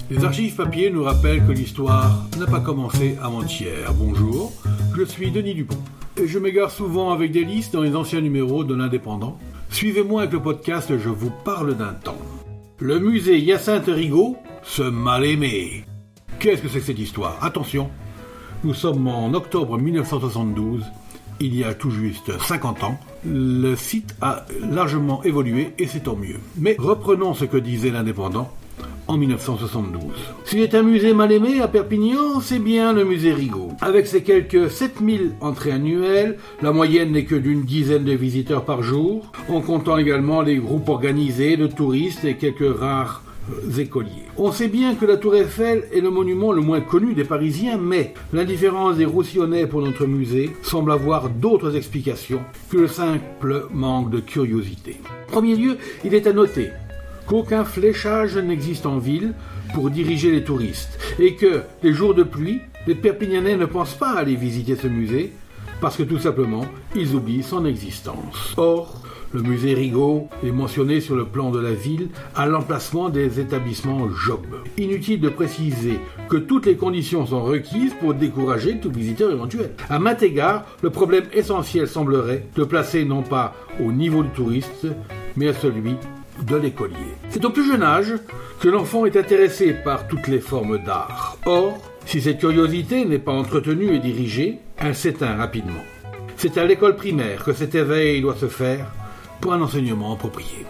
Les archives papier nous rappellent que l'histoire n'a pas commencé avant-hier. Bonjour, je suis Denis Dupont et je m'égare souvent avec des listes dans les anciens numéros de l'Indépendant. Suivez-moi avec le podcast Je vous parle d'un temps. Le musée Hyacinthe Rigaud, ce mal-aimé. Qu'est-ce que c'est que cette histoire? Attention, nous sommes en octobre 1972, il y a tout juste 50 ans. Le site a largement évolué et c'est tant mieux. Mais reprenons ce que disait l'Indépendant en 1972. S'il est un musée mal aimé à Perpignan, c'est bien le musée Rigaud. Avec ses quelques 7000 entrées annuelles, la moyenne n'est que d'une dizaine de visiteurs par jour, en comptant également les groupes organisés de touristes et quelques rares écoliers. On sait bien que la Tour Eiffel est le monument le moins connu des Parisiens, mais l'indifférence des Roussillonnais pour notre musée semble avoir d'autres explications que le simple manque de curiosité. En premier lieu, il est à noter qu'aucun fléchage n'existe en ville pour diriger les touristes et que, les jours de pluie, les Perpignanais ne pensent pas aller visiter ce musée parce que tout simplement, ils oublient son existence. Or, le musée Rigaud est mentionné sur le plan de la ville à l'emplacement des établissements Job. Inutile de préciser que toutes les conditions sont requises pour décourager tout visiteur éventuel. À maints égards, le problème essentiel semblerait de placer non pas au niveau du touriste, mais à celui de l'écolier. C'est au plus jeune âge que l'enfant est intéressé par toutes les formes d'art. Or, si cette curiosité n'est pas entretenue et dirigée, elle s'éteint rapidement. C'est à l'école primaire que cet éveil doit se faire pour un enseignement approprié.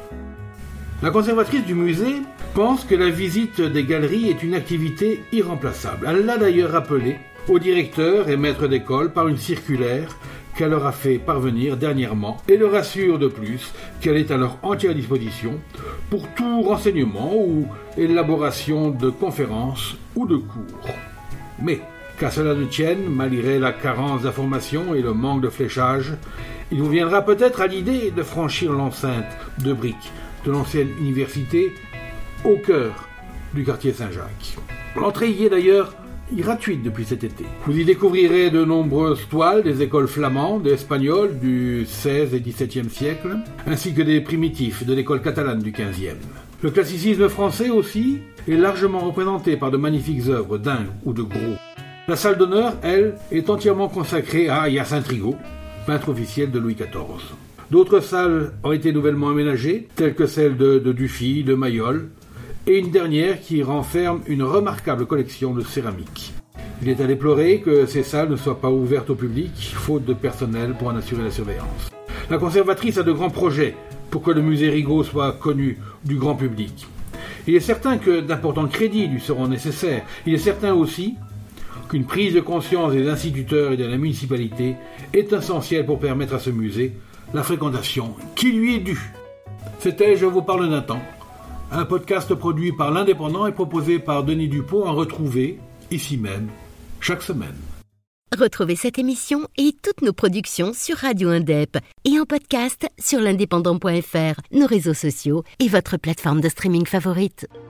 La conservatrice du musée pense que la visite des galeries est une activité irremplaçable. Elle l'a d'ailleurs rappelé au directeur et maître d'école par une circulaire qu'elle leur a fait parvenir dernièrement et le rassure de plus qu'elle est à leur entière disposition pour tout renseignement ou élaboration de conférences ou de cours. Mais, qu'à cela ne tienne, malgré la carence d'informations et le manque de fléchage, il vous viendra peut-être à l'idée de franchir l'enceinte de briques de l'ancienne université au cœur du quartier Saint-Jacques. L'entrée y est d'ailleurs gratuite depuis cet été. Vous y découvrirez de nombreuses toiles des écoles flamandes et espagnoles du XVIe et XVIIe siècle, ainsi que des primitifs de l'école catalane du XVe. Le classicisme français aussi est largement représenté par de magnifiques œuvres d'Ingres ou de Gros. La salle d'honneur, elle, est entièrement consacrée à Hyacinthe Rigaud, peintre officiel de Louis XIV. D'autres salles ont été nouvellement aménagées, telles que celle de Dufy, de Mayol, et une dernière qui renferme une remarquable collection de céramique. Il est à déplorer que ces salles ne soient pas ouvertes au public, faute de personnel pour en assurer la surveillance. La conservatrice a de grands projets pour que le musée Rigaud soit connu du grand public. Il est certain que d'importants crédits lui seront nécessaires. Il est certain aussi qu'une prise de conscience des instituteurs et de la municipalité est essentielle pour permettre à ce musée la fréquentation qui lui est due. C'était Je vous parle d'un temps, un podcast produit par l'Indépendant et proposé par Denis Dupont à retrouver, ici même, chaque semaine. Retrouvez cette émission et toutes nos productions sur Radio Indep et en podcast sur l'indépendant.fr, nos réseaux sociaux et votre plateforme de streaming favorite.